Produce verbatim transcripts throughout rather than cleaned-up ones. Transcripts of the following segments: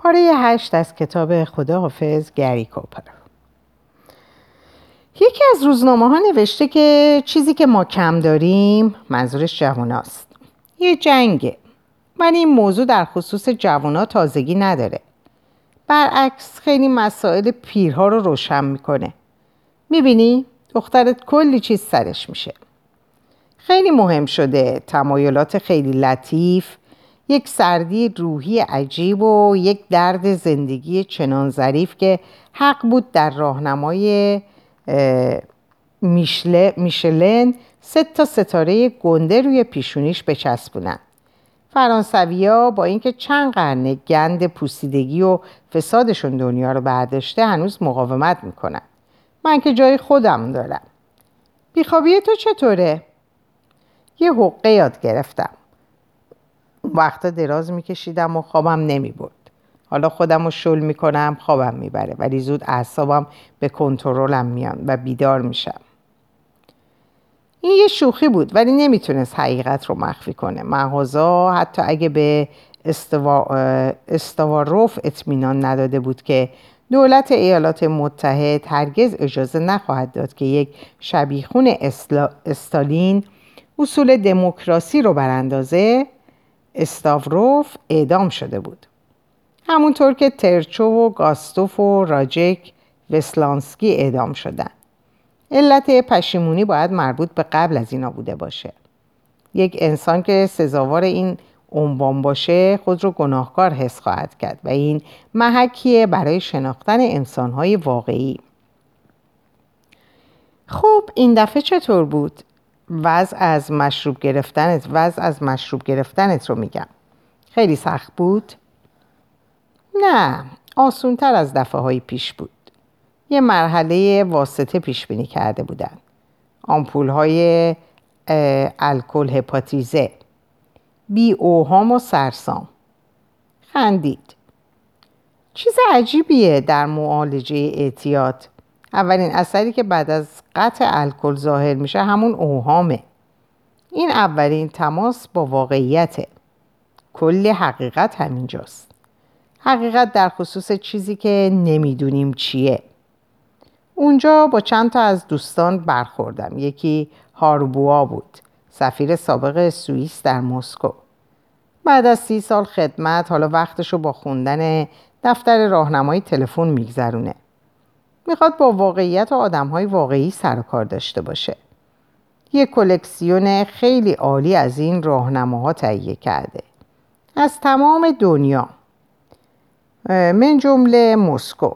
پاره هشت از کتاب خداحافظ گری کوپر. یکی از روزنامه ها نوشته که چیزی که ما کم داریم، منظورش جواناست، یه جنگه. ولی این موضوع در خصوص جوانا تازگی نداره. برعکس خیلی مسائل پیرها رو روشن میکنه. میبینی؟ دخترت کلی چیز سرش میشه. خیلی مهم شده، تمایلات خیلی لطیف، یک سردی روحی عجیب و یک درد زندگی چنان ظریف که حق بود در راهنمای میشلن سه تا ستاره گنده روی پیشونیش بچسبونن. فرانسویا با اینکه چند قرن گند پوسیدگی و فسادشون دنیا رو برداشته هنوز مقاومت میکنن. من که جای خودم دارم. بیخوابی تو چطوره؟ یه حقه یاد گرفتم. وقتا دراز میکشیدم و خوابم نمیبرد. حالا خودم رو شل میکنم خوابم میبره، ولی زود اعصابم به کنترلم میان و بیدار میشم. این یه شوخی بود ولی نمیتونست حقیقت رو مخفی کنه. مغازه حتی اگه به استوا... استواروف اطمینان نداده بود که دولت ایالات متحد هرگز اجازه نخواهد داد که یک شبیخون اسلا... استالین اصول دموکراسی رو براندازه، استاوروف اعدام شده بود. همونطور که ترچو و گاستوف و راجک وسلانسکی اعدام شدن. علت پشیمونی باید مربوط به قبل از اینا بوده باشه. یک انسان که سزاوار این عنوان باشه خود رو گناهکار حس خواهد کرد و این محکیه برای شناختن انسان‌های واقعی. خب این دفعه چطور بود؟ وضع از مشروب گرفتنت وضع از مشروب گرفتنت رو میگم. خیلی سخت بود؟ نه، آسونتر از دفعه های پیش بود. یه مرحله واسطه پیش بینی کرده بودن. آمپول های الکل هپاتیزه، بی اوهام و سرسام. خندید. چیز عجیبیه در معالجه اعتیاد. اولین اثری که بعد از قطع الکل ظاهر میشه همون اوهامه. این اولین تماس با واقعیته. کل حقیقت همینجاست. حقیقت در خصوص چیزی که نمیدونیم چیه. اونجا با چند تا از دوستان برخوردم. یکی هاربوا بود، سفیر سابق سوئیس در مسکو. بعد از سی سال خدمت حالا وقتشو با خوندن دفتر راهنمایی تلفن میگذرونه. میخواد با واقعیت و آدمهای واقعی سر و کار داشته باشه. یه کلکسیون خیلی عالی از این راهنماها تهیه کرده. از تمام دنیا. من جمله مسکو.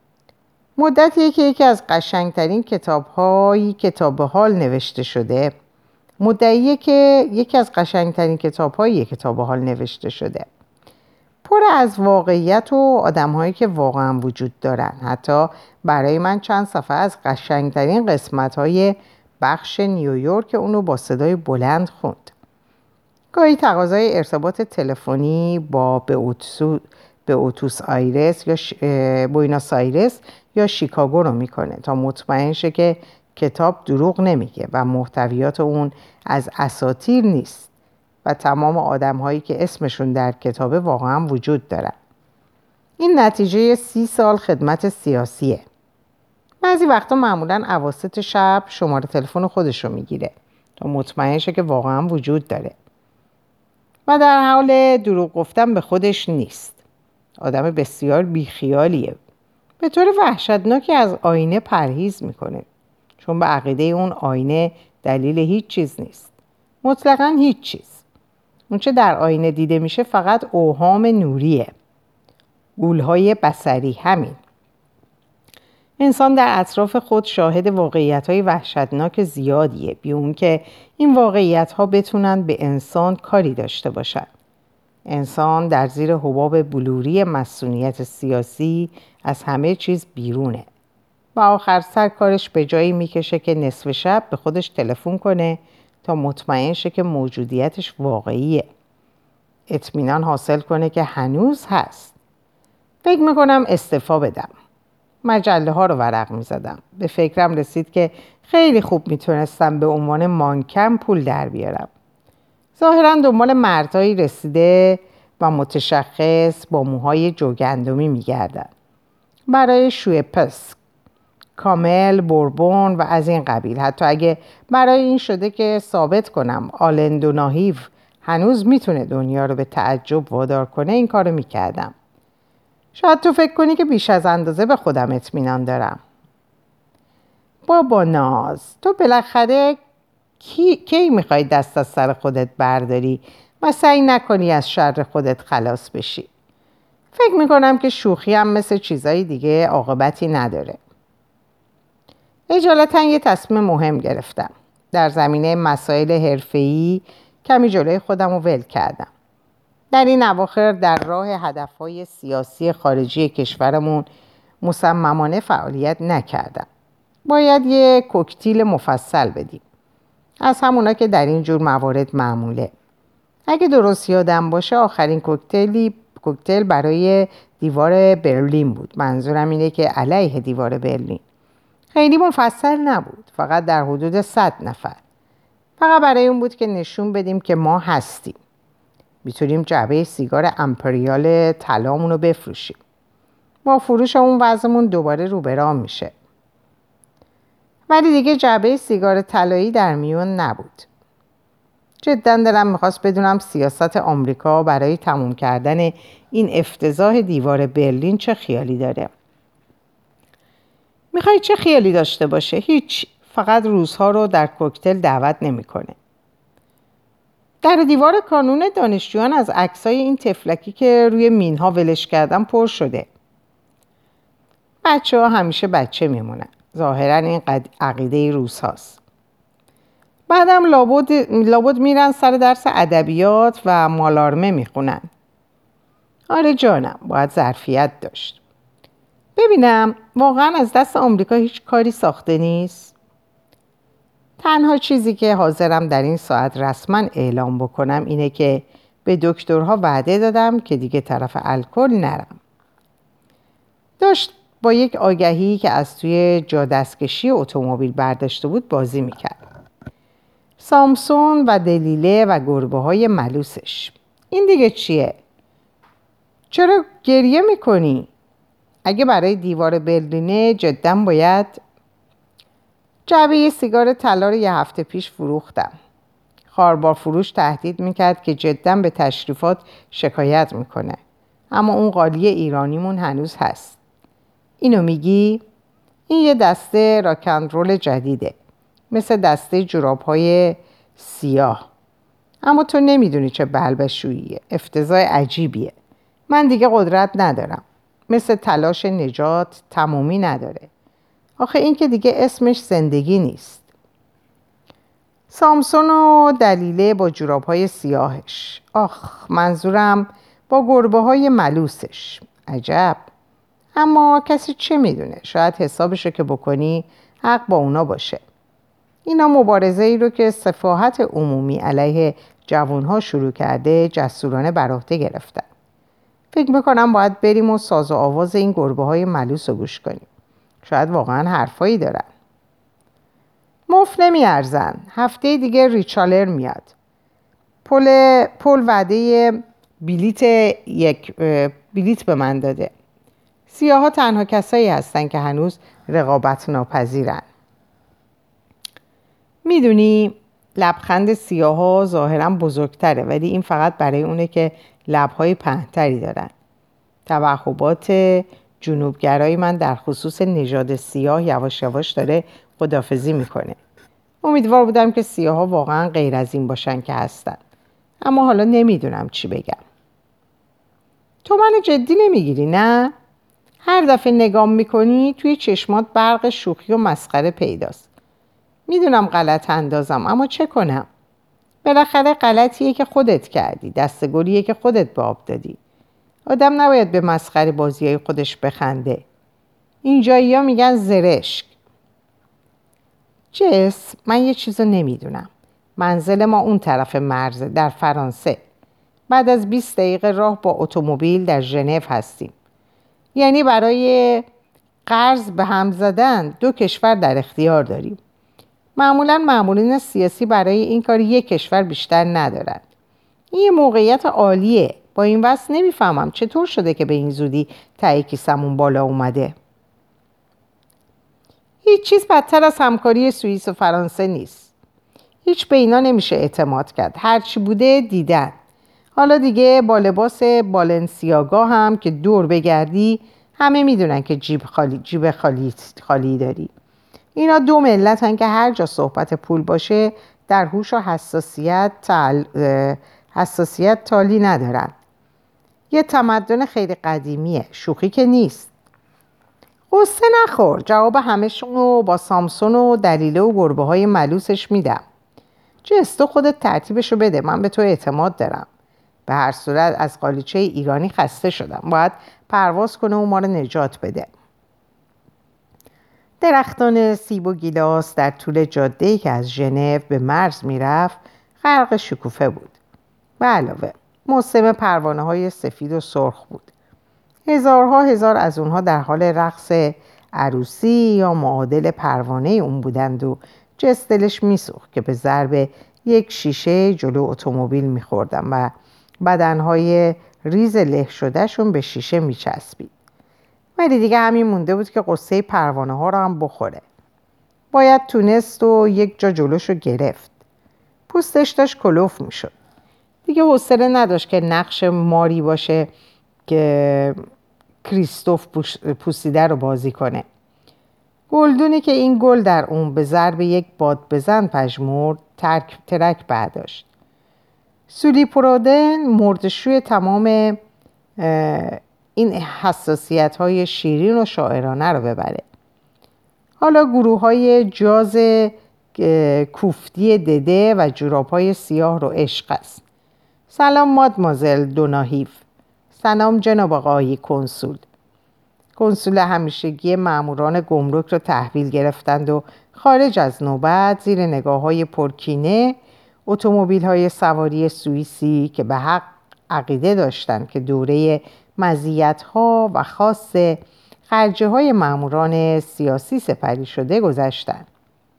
مدتیه که یکی از قشنگترین کتاب‌های کتاب حال نوشته شده. مدعیه که یکی از قشنگترین کتاب‌های کتاب حال نوشته شده. پر از واقعیت و آدم‌هایی که واقعا وجود دارن. حتی برای من چند صفحه از قشنگترین قسمت‌های بخش نیویورک اونو با صدای بلند خوند. گاهی تقاضای ارتباط تلفنی با به اوتسو به اوتوس آیرس یا ش... بویناس آیرس یا شیکاگو رو میکنه تا مطمئن شه که کتاب دروغ نمیگه و محتویات اون از اساطیر نیست و تمام آدم هایی که اسمشون در کتاب واقعا وجود دارن. این نتیجه سی سال خدمت سیاسیه. بعضی وقتا معمولاً اواسط شب شماره تلفن خودش رو میگیره تا مطمئن شه که واقعا وجود داره و در حال دروغ گفتن به خودش نیست. آدم بسیار بیخیالیه. به طور وحشتناکی از آینه پرهیز میکنه چون به عقیده اون آینه دلیل هیچ چیز نیست. مطلقاً هیچ چیز. اون چه در آینه دیده میشه فقط اوهام نوریه. گولهای بصری. همین. انسان در اطراف خود شاهد واقعیت‌های وحشتناک زیادیه بی اون که این واقعیت‌ها بتونن به انسان کاری داشته باشن. انسان در زیر حباب بلوری مسئولیت سیاسی از همه چیز بیرونه و آخر سر کارش به جایی میکشه که نصف شب به خودش تلفن کنه تا مطمئن شه که موجودیتش واقعیه. اطمینان حاصل کنه که هنوز هست. فکر میکنم استعفا بدم. مجله ها رو ورق میزدم. به فکرم رسید که خیلی خوب میتونستم به عنوان مانکن پول در بیارم. ظاهراً دنبال مردهایی رسیده و متشخص با موهای جوگندمی می‌گردد. برای شویپس، کامل، بوربون و از این قبیل. حتی اگه برای این شده که ثابت کنم آلندو ناهیو هنوز میتونه دنیا رو به تعجب وادار کنه، این کارو میکردم. شاید تو فکر کنی که بیش از اندازه به خودم اطمینان دارم. بابا ناز، تو بالاخره کی کی میخوای دست از سر خودت برداری و سعی نکنی از شر خودت خلاص بشی؟ فکر میکنم که شوخی هم مثل چیزای دیگه عاقبتی نداره. اجالتا یه تصمیم مهم گرفتم. در زمینه مسائل حرفه‌ای کمی جلوی خودم رو ول کردم. در این اواخر در راه هدفهای سیاسی خارجی کشورمون مصممانه فعالیت نکردم. باید یه کوکتیل مفصل بدیم. از همونا که در این جور موارد معموله. اگه درست یادم باشه آخرین کوکتلی کوکتل برای دیوار برلین بود. منظورم اینه که علیه دیوار برلین. خیلی مفصل نبود. فقط در حدود صد نفر. فقط برای اون بود که نشون بدیم که ما هستیم. میتونیم جعبه سیگار امپریال طلامون رو بفروشیم. با فروش اون وضعمون دوباره رو به راه میشه. ولی دیگه جعبه سیگار طلایی در میون نبود. جدا دلم میخواست بدونم سیاست آمریکا برای تموم کردن این افتضاح دیوار برلین چه خیالی داره. میخوای چه خیالی داشته باشه؟ هیچ. فقط روزها رو در کوکتل دعوت نمیکنه. در دیوار کانون دانشجویان از عکسای این تفلکی که روی مینها ولش کردن پر شده. بچه ها همیشه بچه میمونن. ظاهرا این عقیده روس هاست. بعدم لابد, لابد میرن سر درس ادبیات و مالارمه میخونن. آره جانم، باید ظرفیت داشت. ببینم واقعا از دست آمریکا هیچ کاری ساخته نیست. تنها چیزی که حاضرم در این ساعت رسما اعلام بکنم اینه که به دکترها وعده دادم که دیگه طرف الکل نرم. داشت با یک آگهی که از توی جا دستکشی اتومبیل برداشته بود بازی میکرد. سامسون و دلیله و گربه های ملوسش. این دیگه چیه؟ چرا گریه میکنی؟ اگه برای دیوار برلینه جداً باید جعبه سیگار طلا رو یه هفته پیش فروختم. خاربار فروش تهدید میکرد که جداً به تشریفات شکایت میکنه. اما اون قالی ایرانیمون هنوز هست. اینو میگی؟ این یه دسته راکندرول جدیده. مثل دسته جوراب‌های سیاه. اما تو نمیدونی چه بلبشوییه. افتضاح عجیبیه. من دیگه قدرت ندارم. مثل تلاش نجات تمومی نداره. آخه این که دیگه اسمش زندگی نیست. سامسون و دلیله با جوراب‌های سیاهش. آخ، منظورم با گربه های ملوسش. عجب. اما کسی چه میدونه؟ شاید حسابشو که بکنی حق با اونا باشه. اینا مبارزه ای رو که سفاهت عمومی علیه جوانها شروع کرده جسورانه بر عهده گرفتن. فکر میکنم باید بریم و ساز و آواز این گربه های ملوس رو گوش کنیم. شاید واقعا حرفایی دارن. مفت نمیارزن. هفته دیگه ریچالر میاد. پل پل وعده بلیت یک بلیت به من داده. سیاها تنها کسایی هستن که هنوز رقابت ناپذیرن. میدونی لبخند سیاها ظاهرا بزرگتره ولی این فقط برای اونه که لبهای پهن‌تری دارن. توهمات جنوبگرای من در خصوص نژاد سیاه یواش یواش داره خداحافظی میکنه. امیدوار بودم که سیاها واقعا غیر از این باشن که هستن. اما حالا نمیدونم چی بگم. تو منو جدی نمیگیری نه؟ هر دفعه نگام میکنی توی چشمات برق شوخی و مسخره پیداست. میدونم غلط اندازم اما چه کنم؟ بالاخره غلطیه که خودت کردی. دستگلیه که خودت به آب دادی. آدم نباید به مسخره بازیای خودش بخنده. اینجایی ها میگن زرشک. جس، من یه چیزو نمیدونم. منزل ما اون طرف مرزه در فرانسه. بعد از بیست دقیقه راه با اتومبیل در ژنو هستیم. یعنی برای قرض به هم زدن دو کشور در اختیار داریم. معمولاً مامورین سیاسی برای این کار یک کشور بیشتر ندارن. این موقعیت عالیه. با این وصف نمیفهمم چطور شده که به این زودی ته کیسمون بالا اومده. هیچ چیز بدتر از همکاری سوئیس و فرانسه نیست. هیچ به اینا نمیشه اعتماد کرد. هرچی بوده دیدن. حالا دیگه با لباس بالنسیاگا هم که دور بگردی همه میدونن که جیب خالی جیب خالی خالی داری. اینا دو ملتن که هر جا صحبت پول باشه در هوش و حساسیت تل... حساسیت تالی ندارن. یه تمدن خیلی قدیمیه، شوخی که نیست. قصه نخور، جواب همه‌شونو با سامسون و دلیله و گربه های ملوسش میدم. جست تو خودت ترتیبشو بده، من به تو اعتماد دارم. به هر صورت از قالیچه ایرانی خسته شدم، باید پرواز کنه و ما رو نجات بده. درختان سیب و گیلاس در طول جاده‌ای که از ژنو به مرز میرفت غرق شکوفه بود. به علاوه موسم پروانه‌های سفید و سرخ بود. هزارها هزار از اونها در حال رقص عروسی یا معادل پروانه اون بودند و جس دلش میسوخت که به ضرب یک شیشه جلو اتومبیل میخوردن و بدنهای ریز له شدهشون به شیشه میچسبید. ولی دیگه همین مونده بود که قصه پروانه ها رو هم بخوره. باید تونست و یک جا جلوشو گرفت. پوستش داشت کلوف میشد. دیگه حوصله نداشت که نقش ماری باشه که کریستوف پوسیده رو بازی کنه. گلدونی که این گل در اون به ضرب یک باد بزن پژمرد ترک ترک برداشت. سولی پرودن مردشوی تمام این حساسیت های شیرین و شاعرانه رو ببره. حالا گروه های جاز کوفتی دده و جوراب های سیاه رو عشق است. سلام مادمازل دوناهیف. سلام جناب آقای کنسول. کنسول همیشگی ماموران گمرک رو تحویل گرفتند و خارج از نوبت زیر نگاه های پرکینه اتومبیل های سواری سوئیسی که به حق عقیده داشتند که دوره مزیت ها و خاص خرجه های ماموران سیاسی سپری شده گذشتند.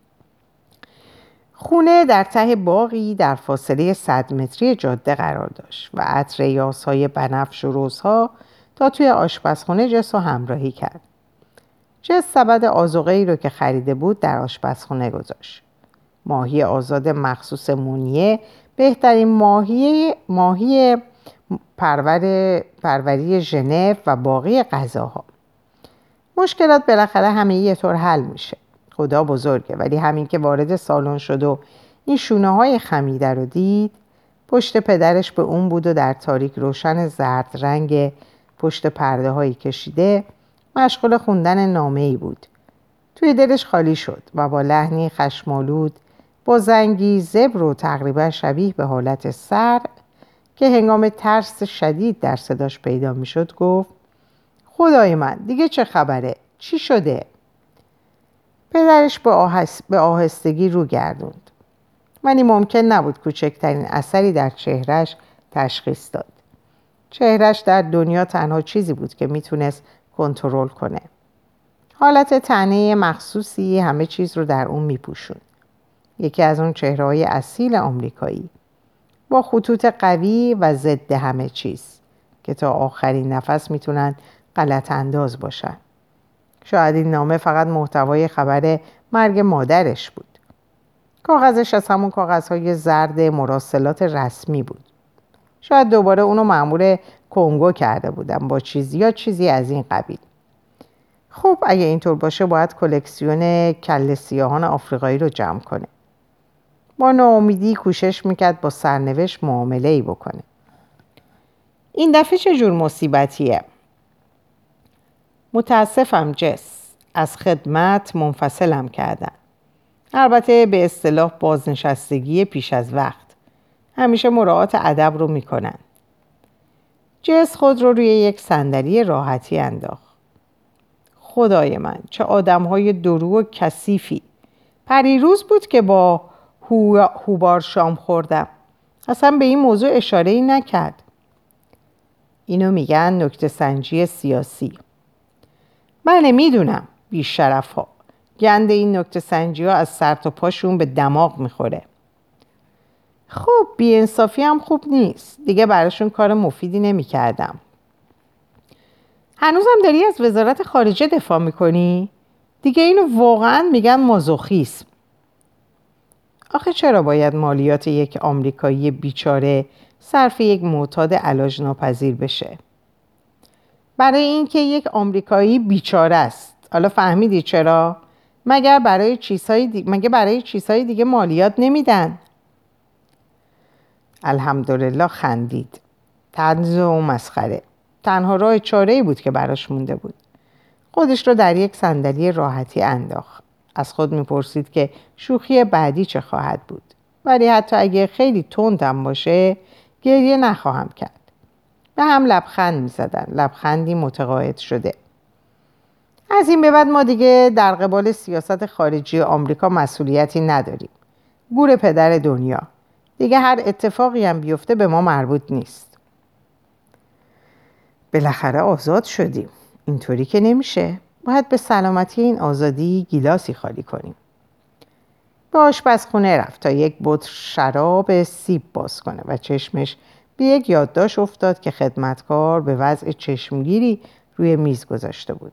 خونه در ته باغی در فاصله صد متری جاده قرار داشت و عطر یاس‌های بنفش و روزها تا توی آشپزخونه جس رو همراهی کرد. جس سبد آذوقه‌ای رو که خریده بود در آشپزخونه گذاشت. ماهی آزاد مخصوص مونیه، بهترین ماهی ماهی پرور پروری ژنو و باقی غذاها. مشکلات بالاخره همه یه طور حل میشه. خدا بزرگه. ولی همین که وارد سالن شد و این شونه های خمیده رو دید، پشت پدرش به اون بود و در تاریک روشن زرد رنگ پشت پرده هایی کشیده مشغول خوندن نامه‌ای بود. توی دلش خالی شد و با لحنی خشمالود با زنگی زبر و تقریبا شبیه به حالت سر که هنگام ترس شدید در صداش پیدا می شد گفت: خدای من دیگه چه خبره؟ چی شده؟ پدرش به, آهست... به آهستگی رو گردوند. ولی ممکن نبود کوچکترین اثری در چهرش تشخیص داد. چهرش در دنیا تنها چیزی بود که میتونست کنترل کنه. حالت طعنه مخصوصی همه چیز رو در اون میپوشوند. یکی از اون چهره‌های اصیل آمریکایی با خطوط قوی و ضد همه چیز که تا آخرین نفس میتونن غلط انداز باشن. شاید این نامه فقط محتوای خبر مرگ مادرش بود. کاغذش از همون کاغذهای زرد مراسلات رسمی بود. شاید دوباره اونو مأمور کنگو کرده بودن با چیزی یا چیزی از این قبیل. خب اگه اینطور باشه باید کلکسیون کله سیاهان آفریقایی رو جمع کنه. با ناامیدی کوشش میکرد با سرنوشت معامله‌ای بکنه. این دفعه چه جور مصیبتیه؟ متاسفم جس، از خدمت منفصلم کردن. البته به اصطلاح بازنشستگی پیش از وقت. همیشه مراعات ادب رو میکنن. جس خود رو روی یک صندلی راحتی انداخت. خدای من چه آدم‌های درو و کثیفی. پریروز بود که با هو... هوبار شام خوردم. اصلا به این موضوع اشاره‌ای نکرد. اینو میگن نکته سنجی سیاسی. بله میدونم بیشرف ها. گند این نکته سنجی ها از سر تا پاشون به دماغ میخوره. خب بی‌انصافی هم خوب نیست. دیگه براشون کار مفیدی نمی کردم. هنوزم داری از وزارت خارجه دفاع میکنی؟ دیگه اینو واقعا میگن مازوخیسم. آخه چرا باید مالیات یک آمریکایی بیچاره صرف یک معتاد علاج ناپذیر بشه؟ برای اینکه یک آمریکایی بیچاره است. حالا فهمیدی چرا؟ مگر برای چیزهای دیگه مگه برای چیزهای دیگه مالیات نمیدن؟ الحمدلله خندید. طنز و مسخره. تنها راه چاره‌ای بود که براش مونده بود. خودش رو در یک صندلی راحتی انداخت. از خود میپرسید که شوخی بعدی چه خواهد بود. ولی حتی اگه خیلی تندم باشه گریه نخواهم کرد. به هم لبخند میزدن. لبخندی متقاعد شده. از این به بعد ما دیگه در قبال سیاست خارجی آمریکا مسئولیتی نداریم. گور پدر دنیا. دیگه هر اتفاقی هم بیفته به ما مربوط نیست. بالاخره آزاد شدیم. اینطوری که نمیشه. باید به سلامتی این آزادی گیلاسی خالی کنیم. به آشپزخونه رفت تا یک بطر شراب سیب باز کنه و چشمش به یک یادداشت افتاد که خدمتکار به وضع چشمگیری روی میز گذاشته بود.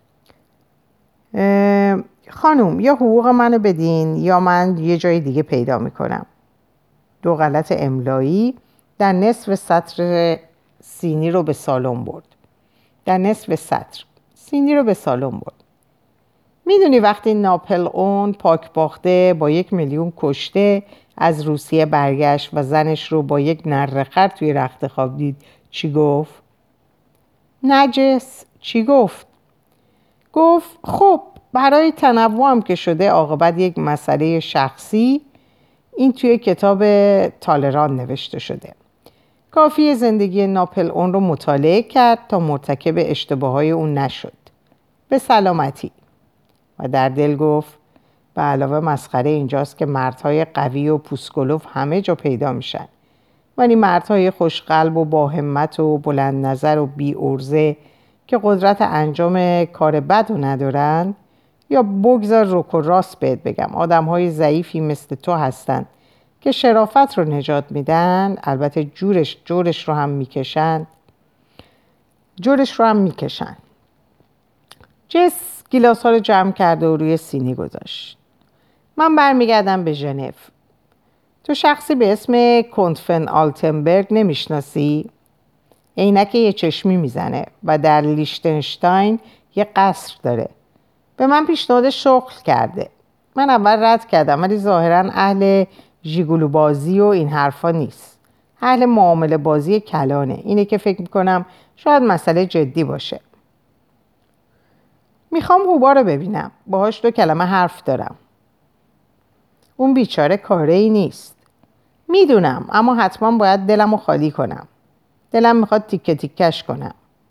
خانوم یا حقوق منو بدین یا من یه جای دیگه پیدا میکنم. دو غلط املایی در نصف سطر سینی رو به سالن برد. در نصف سطر سینی رو به سالن برد. میدونی وقتی ناپل اون پاک باخته با یک میلیون کشته از روسیه برگشت و زنش رو با یک نرخر توی رخت خواب دید چی گفت؟ نجس. چی گفت؟ گفت خب برای تنوع هم که شده عاقبت یک مسئله شخصی. این توی کتاب تالران نوشته شده. کافی زندگی ناپل اون رو مطالعه کرد تا مرتکب اشتباههای اون نشد. به سلامتی. و در دل گفت به علاوه مسخره اینجاست که مردهای قوی و پوسکلوف همه جا پیدا میشن. ولی مردهای خوشقلب و با همت و بلند نظر و بی ارزه که قدرت انجام کار بد رو ندارن، یا بگذار روک و راست بهت بگم آدمهای ضعیفی مثل تو هستن که شرافت رو نجات میدن. البته جورش جورش رو هم میکشن جورش رو هم میکشن جس گیلاس ها رو جمع کرده و روی سینی گذاشت. من برمیگردم به ژنو. تو شخصی به اسم کنتفن آلتنبرگ نمیشناسی؟ عینک یه چشمی میزنه و در لیشتنشتاین یه قصر داره. به من پیشنهاد شغل کرده. من اول رد کردم ولی ظاهرا اهل ژیگولو بازی و این حرفا نیست. اهل معامله بازی کلانه. اینه که فکر میکنم شاید مسئله جدی باشه. میخوام هوبا رو ببینم. باهاش دو کلمه حرف دارم. اون بیچاره کاره ای نیست. میدونم اما حتما باید دلم رو خالی کنم. دلم میخواد تیکه تیکش کنم.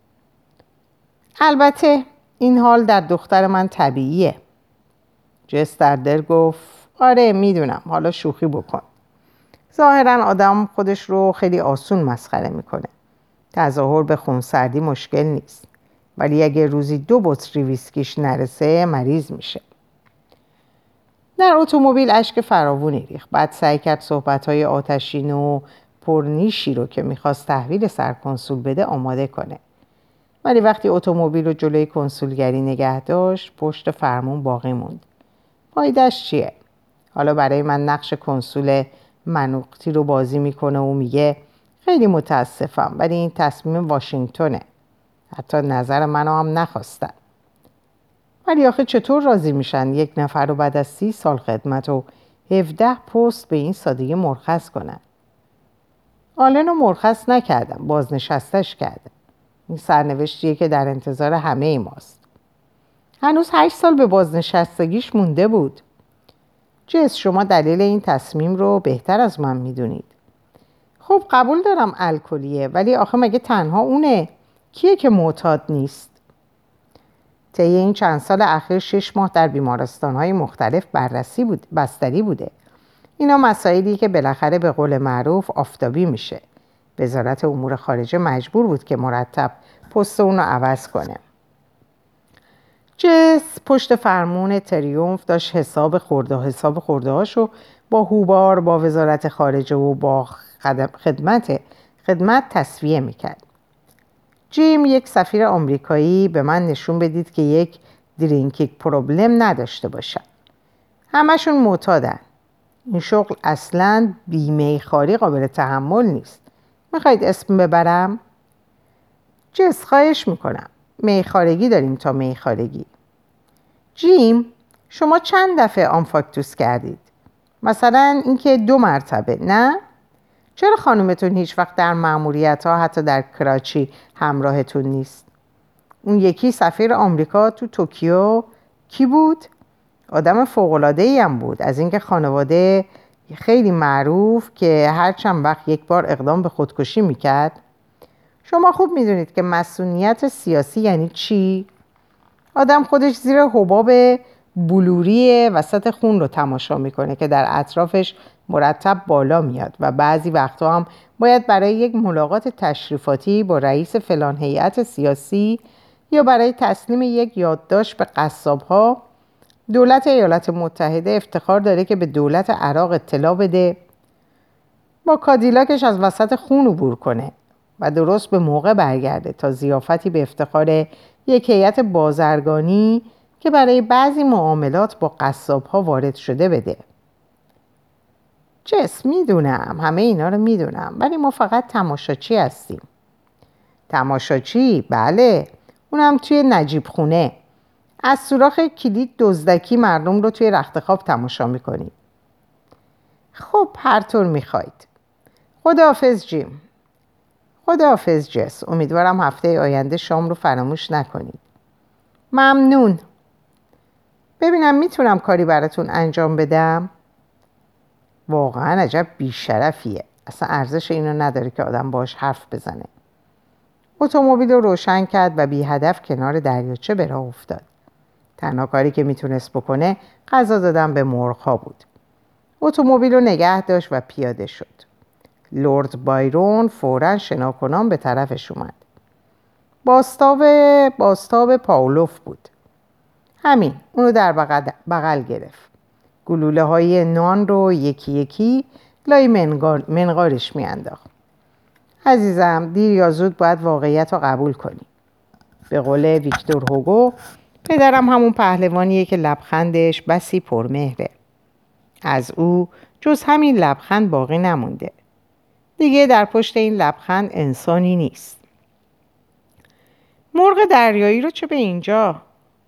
البته این حال در دختر من طبیعیه. جس در دل گفت آره میدونم، حالا شوخی بکن. ظاهرا آدم خودش رو خیلی آسون مسخره میکنه. تظاهر به خونسردی مشکل نیست. ولی اگه روزی دو بطری ویسکیش نرسه مریض میشه. در اتومبیل اشک فراوانی ریخت. بعد سعی کرد صحبت‌های آتشین و پرنیشی رو که میخواست تحویل سرکنسول بده آماده کنه. ولی وقتی اتومبیل رو جلوی کنسولگری نگه داشت پشت فرمون باقی موند. فایده‌اش چیه؟ حالا برای من نقش کنسول منوقتی رو بازی میکنه و میگه خیلی متاسفم ولی این تصمیم واشنگتونه. حتی نظر منو هم نخواستن. ولی آخه چطور راضی میشن یک نفر رو بعد از سی سال خدمت و هفده پست به این سادگی مرخص کنن؟ آلن رو مرخص نکردم، بازنشستش کردم. این سرنوشتیه که در انتظار همه ای ماست. هنوز هشت سال به بازنشستگیش مونده بود. جس شما دلیل این تصمیم رو بهتر از من میدونید. خب قبول دارم الکلیه ولی آخه مگه تنها اونه؟ کیه که معتاد نیست؟ طی این چند سال اخیر شش ماه در بیمارستان‌های مختلف بررسی بود، بستری بوده. اینا مسائلی که بالاخره به قول معروف آفتابی میشه. وزارت امور خارجه مجبور بود که مرتب پست اون رو عوض کنه. جس پشت فرمون تریومف داشت حساب خورده حساب خورده‌هاشو با هوبار، با وزارت خارجه و با خدمت خدمت تصفیه میکرد. جیم، یک سفیر آمریکایی، به من نشون بدید که یک درینکینگ پروبلم نداشته باشم. همشون معتادن. این شغل اصلاً بی‌میخواری قابل تحمل نیست. میخواید اسم ببرم؟ جس، خواهش میکنم. میخارگی داریم تا میخارگی. جیم، شما چند دفعه آنفاکتوس کردید؟ مثلا اینکه دو مرتبه، نه؟ چرا خانومتون هیچ وقت در مأموریت ها حتی در کراچی همراهتون نیست؟ اون یکی سفیر آمریکا تو توکیو کی بود؟ آدم فوق‌العاده‌ای هم بود. از اینکه خانواده خیلی معروف که هر چند وقت یک بار اقدام به خودکشی میکرد. شما خوب میدونید که مسئولیت سیاسی یعنی چی؟ آدم خودش زیر حباب بلوری وسط خون رو تماشا میکنه که در اطرافش مرتب بالا میاد و بعضی وقتا هم باید برای یک ملاقات تشریفاتی با رئیس فلان هیئت سیاسی یا برای تسلیم یک یادداشت به قصاب‌ها. دولت ایالات متحده افتخار داره که به دولت عراق اطلاع بده، با کادیلاکش از وسط خون عبور کنه و درست به موقع برگرده تا ضیافتی به افتخار یک هیئت بازرگانی که برای بعضی معاملات با قصاب‌ها وارد شده بده. جس، میدونم، همه اینا رو میدونم، ولی ما فقط تماشاچی هستیم. تماشاچی؟ بله، اونم توی نجیب خونه. از سوراخ کلید دزدکی مردم رو توی رخت خواب تماشا میکنید. خب هر طور میخواید. خداحافظ جیم. خداحافظ جس. امیدوارم هفته آینده شام رو فراموش نکنید. ممنون. ببینم میتونم کاری براتون انجام بدم؟ واقعا عجب بیشرفیه. اصلا ارزش اینو نداره که آدم باش حرف بزنه. اتومبیل رو روشن کرد و بی هدف کنار دریاچه به راه افتاد. تنها کاری که میتونست بکنه غذا دادن به مرغ‌ها بود. اتومبیل رو نگه داشت و پیاده شد. لورد بایرون فوراً شناکنان به طرفش اومد. باستاب باستاب پاولوف بود. همین، اونو در بغل, بغل گرفت. گلوله های نان رو یکی یکی لای منقار، منقارش میانداخت. عزیزم، دیر یا زود باید واقعیت رو قبول کنی. به قول ویکتور هوگو، پدرم همون پهلوانیه که لبخندش بسی پرمهره. از او جز همین لبخند باقی نمونده. دیگه در پشت این لبخند انسانی نیست. مرغ دریایی رو چه به اینجا؟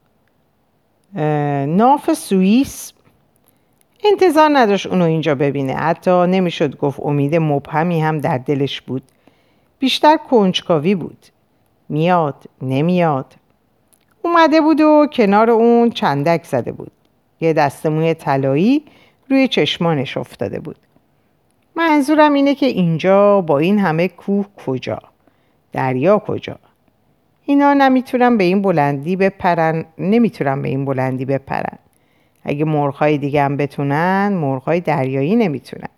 ناف سوئیس؟ انتظار نداشت اونو اینجا ببینه. حتی نمیشد گفت امید مبهمی هم در دلش بود. بیشتر کنجکاوی بود. میاد، نمیاد. اومده بود و کنار اون چندک زده بود. یه دسته موی طلایی روی چشمانش افتاده بود. منظورم اینه که اینجا با این همه کوه کجا؟ دریا کجا؟ اینا نمیتونن به این بلندی بپرن، نمیتونن به این بلندی بپرن. اگه مرغ‌های دیگه هم بتونن، مرغ‌های دریایی نمیتونن.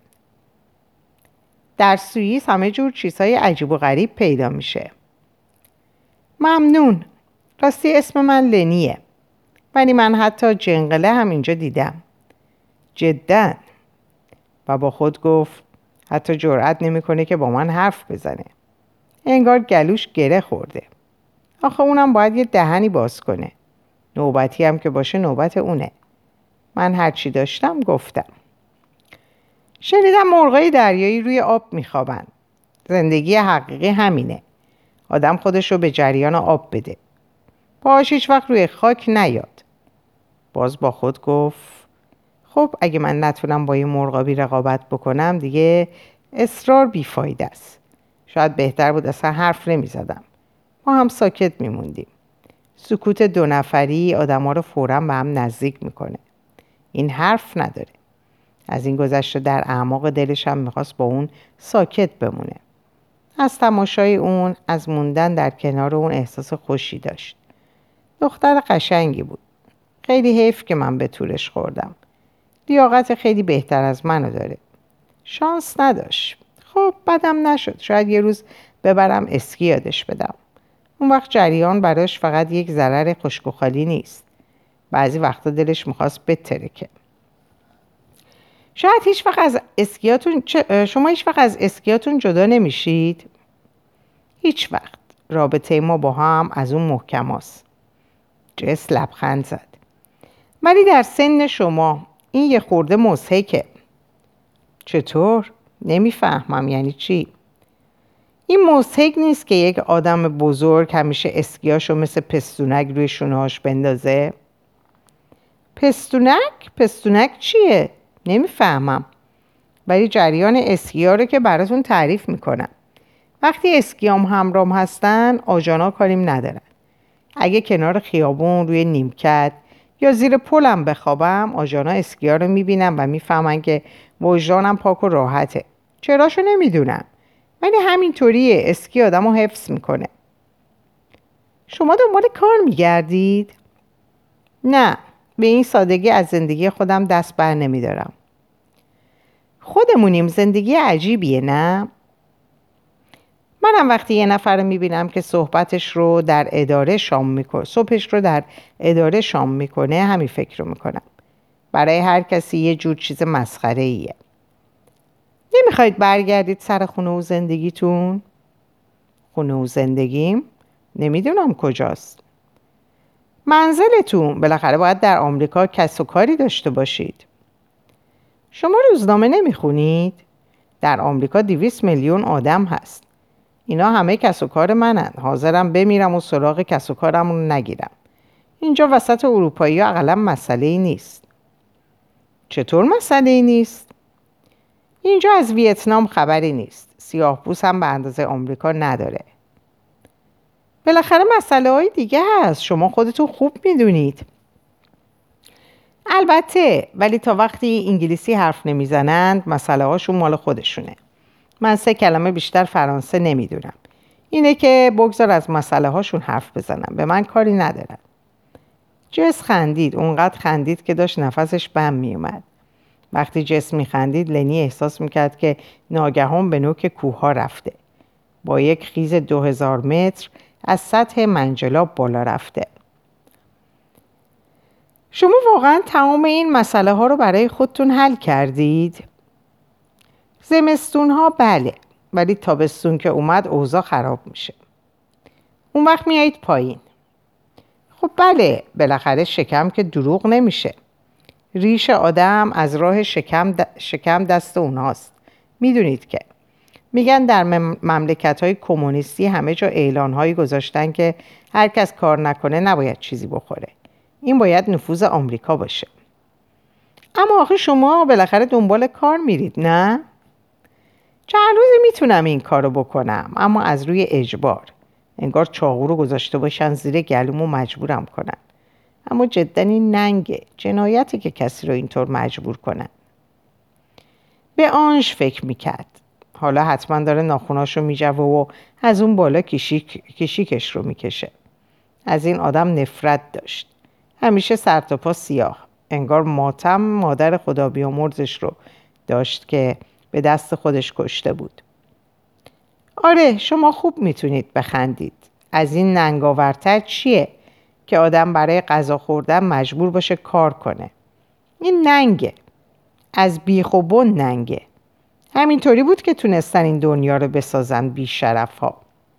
در سوئیس همه جور چیزهای عجیب و غریب پیدا میشه. ممنون. راستی اسم من لنیه. ولی من حتی جنگله هم اینجا دیدم. جداً. و با خود گفت حتی جرئت نمیکنه که با من حرف بزنه. انگار گلوش گره خورده. آخه اونم باید یه دهنی باز کنه. نوبتی هم که باشه نوبت اونه. من هرچی داشتم گفتم. شنیدم مرغای دریایی روی آب میخوابن. زندگی حقیقی همینه. آدم خودش رو به جریان آب بده. باهاش هیچ وقت روی خاک نیاد. باز با خود گفت خب اگه من نتونم با این مرغابی رقابت بکنم دیگه اصرار بیفایده است. شاید بهتر بود اصلا حرف نمی زدم. ما هم ساکت می موندیم. سکوت دو نفری آدم ها رو فوراً به هم نزدیک میکنه. این حرف نداره. از این گذشته در اعماق دلش هم میخواست با اون ساکت بمونه. از تماشای اون، از موندن در کنار اون احساس خوشی داشت. دختر قشنگی بود. خیلی حیف که من به طورش خوردم. لیاقت خیلی بهتر از منو داره. شانس نداشت. خب بدم نشد. شاید یه روز ببرم اسکی یادش بدم. اون وقت جریان براش فقط یک ضرر خشک و خالی نیست. بعضی وقتا دلش میخواست بترکه. شاید هیچ وقت از اسکیاتون شما هیچ وقت از اسکیاتون جدا نمیشید؟ هیچ وقت. رابطه ما با هم از اون محکم است. جس لبخند زد. ولی در سن شما این یه خورده مضحکه. چطور؟ نمیفهمم یعنی چی؟ این مضحک نیست که یک آدم بزرگ همیشه اسکیاشو مثل پستونک روی شونه‌هاش بندازه؟ پستونک؟ پستونک چیه؟ نمیفهمم. ولی جریان اسکیا رو که براتون تعریف میکنم. وقتی اسکیام همرام هستن آجانا کاریم ندارن. اگه کنار خیابون روی نیمکت یا زیر پلم بخوابم آجانا اسکیا رو میبینم و میفهمن که وجدانم پاک و راحته. چراشو نمیدونم. ولی همینطوریه، اسکی آدم رو حفظ میکنه. شما دنبال کار میگردید؟ نه، به این سادگی از زندگی خودم دست بر نمیدارم. خودمونیم، زندگی عجیبیه نه؟ منم وقتی یه نفر رو میبینم که صحبتش رو در اداره شام میکنه صبحش رو در اداره شام میکنه همین فکر رو میکنم. برای هر کسی یه جور چیز مسخره ایه. نمیخواید برگردید سر خونه و زندگیتون؟ خونه و زندگیم؟ نمیدونم کجاست. منزلتون. بالاخره باید در آمریکا کس و کاری داشته باشید. شما روزنامه نمیخونید؟ در آمریکا دویست میلیون آدم هست. اینا همه کس و کار منن. حاضرم بمیرم و سراغ کس و کارمون نگیرم. اینجا وسط اروپایی ها اقلا مسئله ای نیست. چطور مسئله ای نیست؟ اینجا از ویتنام خبری نیست. سیاه‌پوست هم به اندازه آمریکا نداره. بالاخره مسئله های دیگه هست. شما خودتون خوب میدونید. البته، ولی تا وقتی انگلیسی حرف نمیزنند مسئله هاشون مال خودشونه. من سه کلمه بیشتر فرانسه نمیدونم. اینه که بگذار از مسئله هاشون حرف بزنم. به من کاری ندارن. جس خندید. اونقدر خندید که داشت نفسش بم میومد. وقتی جس میخندید لنی احساس میکرد که ناگهان به نوک کوه ها رفته. با یک خیز دو هزار متر از سطح منجلاب بالا رفته. شما واقعا تمام این مسئله ها رو برای خودتون حل کردید؟ زمستون ها بله، ولی تابستون که اومد اوضاع خراب میشه. اون وقت میایید پایین. خب بله، بالاخره شکم که دروغ نمیشه. ریش آدم از راه شکم, د... شکم دست اونهاست. میدونید که میگن در مملکت‌های کمونیستی همه جا اعلان‌هایی گذاشتن که هر کس کار نکنه نباید چیزی بخوره. این باید نفوذ آمریکا باشه. اما آخه شما بالاخره دنبال کار میرید نه؟ چند روزی میتونم این کارو بکنم، اما از روی اجبار. انگار چاقو رو گذاشته باشن زیر گلومو مجبورم کنن. اما جدا این ننگه، جنایتی که کسی رو اینطور مجبور کنن. به آنش فکر میکرد. حالا حتما داره ناخوناشو میجوه و از اون بالا کشیک، کشیکش رو میکشه. از این آدم نفرت داشت. همیشه سر تا پا سیاه. انگار ماتم مادر خدا بیامرزش رو داشت که به دست خودش کشته بود. آره، شما خوب میتونید بخندید. از این ننگاورتر چیه که آدم برای غذا خوردن مجبور باشه کار کنه؟ این ننگه. از بیخ و بن ننگه. همینطوری بود که تونستن این دنیا رو بسازن بی شرف ها.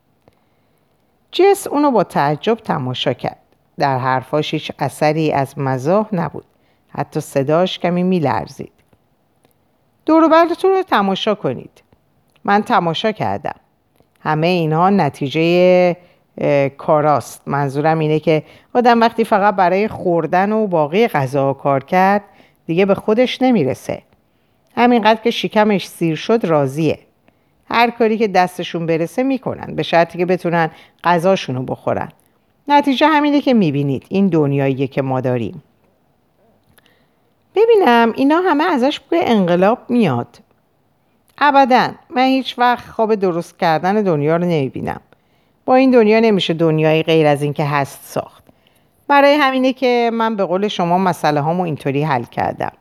جس اونو با تعجب تماشا کرد. در حرفاش هیچ اثری از مزاح نبود. حتی صداش کمی میلرزید. دور و برتون رو تماشا کنید. من تماشا کردم. همه اینها نتیجه کاراست. منظورم اینه که آدم وقتی فقط برای خوردن و باقی غذا کار کرد دیگه به خودش نمیرسه. همینقدر که شکمش سیر شد راضیه. هر کاری که دستشون برسه میکنن به شرطی که بتونن غذاشونو بخورن. نتیجه همینه که میبینید این دنیاییه که ما داریم. ببینم اینا همه ازش بوی انقلاب میاد. ابداً. من هیچ وقت خواب درست کردن دنیا رو نمیبینم. با این دنیا نمیشه دنیایی غیر از این که هست ساخت. برای همینه که من به قول شما مسئله هامو اینطوری حل کردم.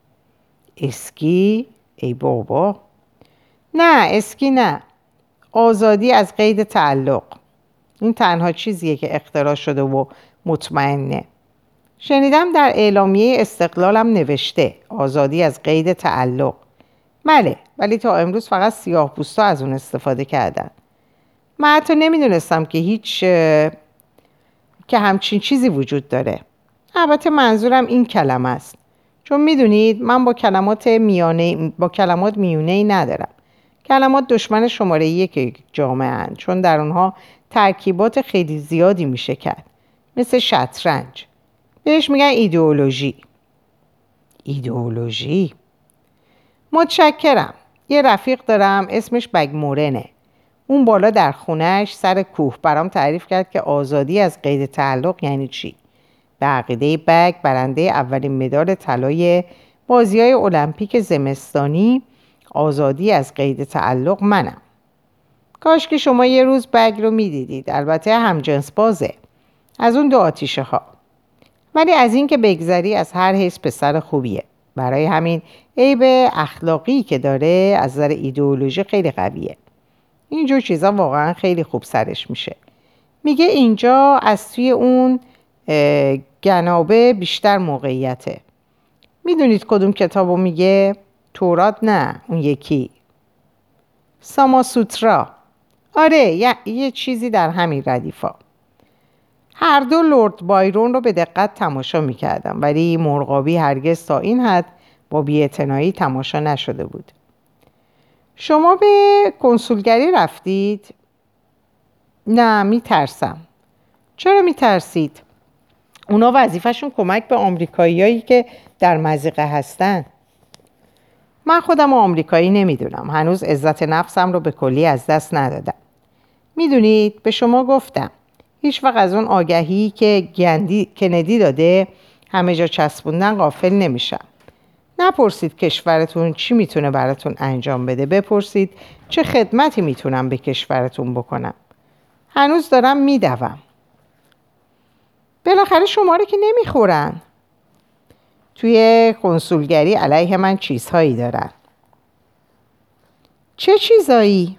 اسکی؟ ای بابا. نه اسکی نه. آزادی از قید تعلق. این تنها چیزیه که اختراع شده و مطمئنه. شنیدم در اعلامیه استقلالم نوشته آزادی از قید تعلق. بله، ولی تا امروز فقط سیاه‌پوستا از اون استفاده کردن. من حتی نمیدونستم که هیچ که همچین چیزی وجود داره. البته منظورم این کلمه است. چون میدونید من با کلمات میانه با کلمات میونه‌ای ندارم. کلمات دشمن شماره یک جامعه اند، چون در اونها ترکیبات خیلی زیادی میشه کرد. مثل شطرنج. بهش میگن ایدئولوژی. ایدئولوژی؟ متشکرم. یه رفیق دارم اسمش بگمورنه. اون بالا در خونهش سر کوه برام تعریف کرد که آزادی از قید تعلق یعنی چی. به عقیده بگ برنده اولین مدال طلای بازی‌های المپیک زمستانی آزادی از قید تعلق منم. کاش که شما یه روز بگ رو میدیدید. البته همجنس بازه. از اون دو آتیشه ها. ولی از این که بگذری از هر حیث پسر خوبیه. برای همین عیب اخلاقی که داره از نظر ایدئولوژی خیلی قویه. اینجور چیزا واقعا خیلی خوب سرش میشه. میگه اینجا از توی اون گنابه بیشتر موقعیته. میدونید کدوم کتابو میگه؟ تورات نه، اون یکی. ساما سوترا. آره، یه, یه چیزی در همین ردیفا. هر دو لورد بایرون رو به دقت تماشا میکردم، ولی مرغابی هرگز تا این حد با بی‌اعتنایی تماشا نشده بود. شما به کنسولگری رفتید؟ نه، میترسم. چرا میترسید؟ اونا وظیفه‌شون کمک به آمریکاییایی که در مضیقه هستن. من خودم آمریکایی نمیدونم. هنوز عزت نفسم رو به کلی از دست ندادم. میدونید به شما گفتم هیچ وقت از اون آگهی که گندی کندی داده همه جا چسبوندن غافل نمیشم. نپرسید کشورتون چی میتونه براتون انجام بده. بپرسید چه خدمتی میتونم به کشورتون بکنم. هنوز دارم میدوم. بالاخره شما رو که نمیخورن. توی کنسولگری علیه من چیزهایی دارن. چه چیزایی؟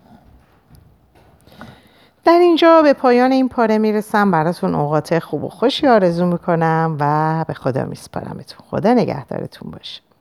در اینجا به پایان این پاره میرسم. براتون اوقات خوب و خوشی آرزو میکنم و به خدا میسپارمتون. خدا نگهدارتون باشه.